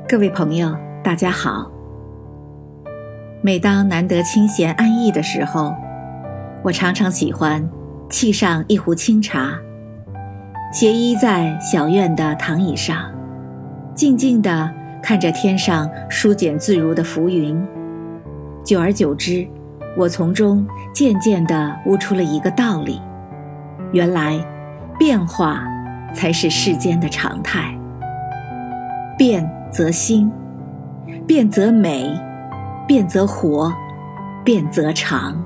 各位朋友，大家好。每当难得清闲安逸的时候，我常常喜欢沏上一壶清茶，斜依在小院的躺椅上，静静地看着天上舒简自如的浮云。久而久之，我从中渐渐地悟出了一个道理，原来变化才是世间的常态。变则兴，变则美，变则活，变则长。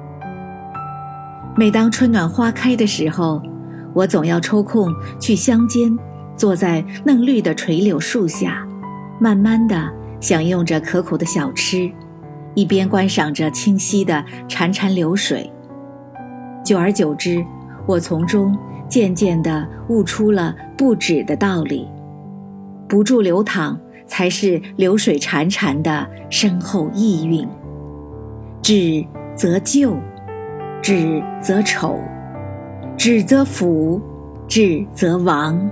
每当春暖花开的时候，我总要抽空去乡间，坐在嫩绿的垂柳树下，慢慢地享用着可口的小吃，一边观赏着清晰的潺潺流水。久而久之，我从中渐渐地悟出了不止的道理。不住流淌才是流水潺潺的深厚意蕴。止则就，止则丑，止则腐，止则亡。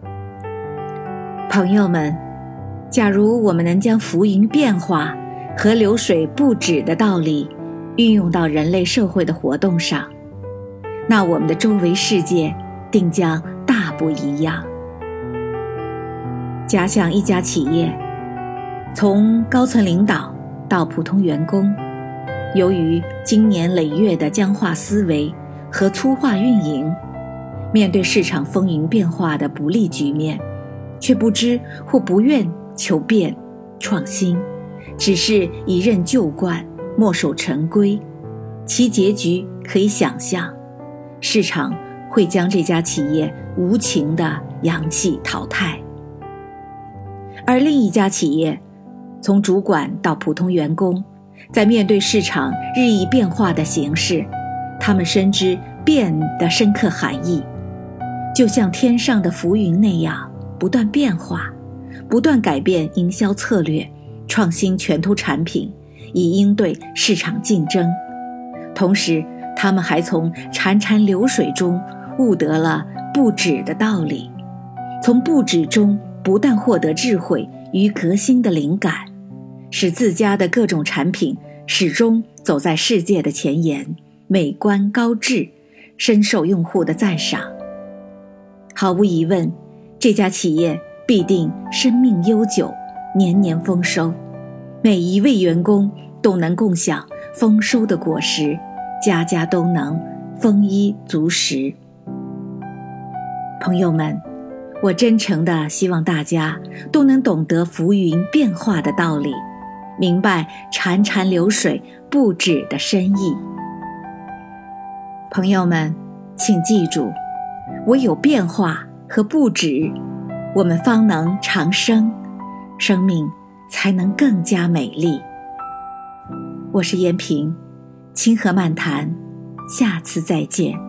朋友们，假如我们能将浮云变化和流水不止的道理运用到人类社会的活动上，那我们的周围世界定将大不一样。假想一家企业，从高层领导到普通员工，由于经年累月的僵化思维和粗化运营，面对市场风云变化的不利局面，却不知或不愿求变创新，只是一任旧惯，墨守成规，其结局可以想象，市场会将这家企业无情地扬弃淘汰。而另一家企业，从主管到普通员工，在面对市场日益变化的形势，他们深知变的深刻含义，就像天上的浮云那样不断变化，不断改变营销策略，创新全图产品，以应对市场竞争。同时，他们还从潺潺流水中悟得了不止的道理，从不止中不但获得智慧与革新的灵感，使自家的各种产品始终走在世界的前沿，美观高质，深受用户的赞赏。毫无疑问，这家企业必定生命悠久，年年丰收，每一位员工都能共享丰收的果实，家家都能丰衣足食。朋友们，我真诚地希望大家都能懂得浮云变化的道理，明白潺潺流水不止的深意。朋友们，请记住，唯有变化和不止，我们方能长生，生命才能更加美丽。我是燕平，清河漫谈，下次再见。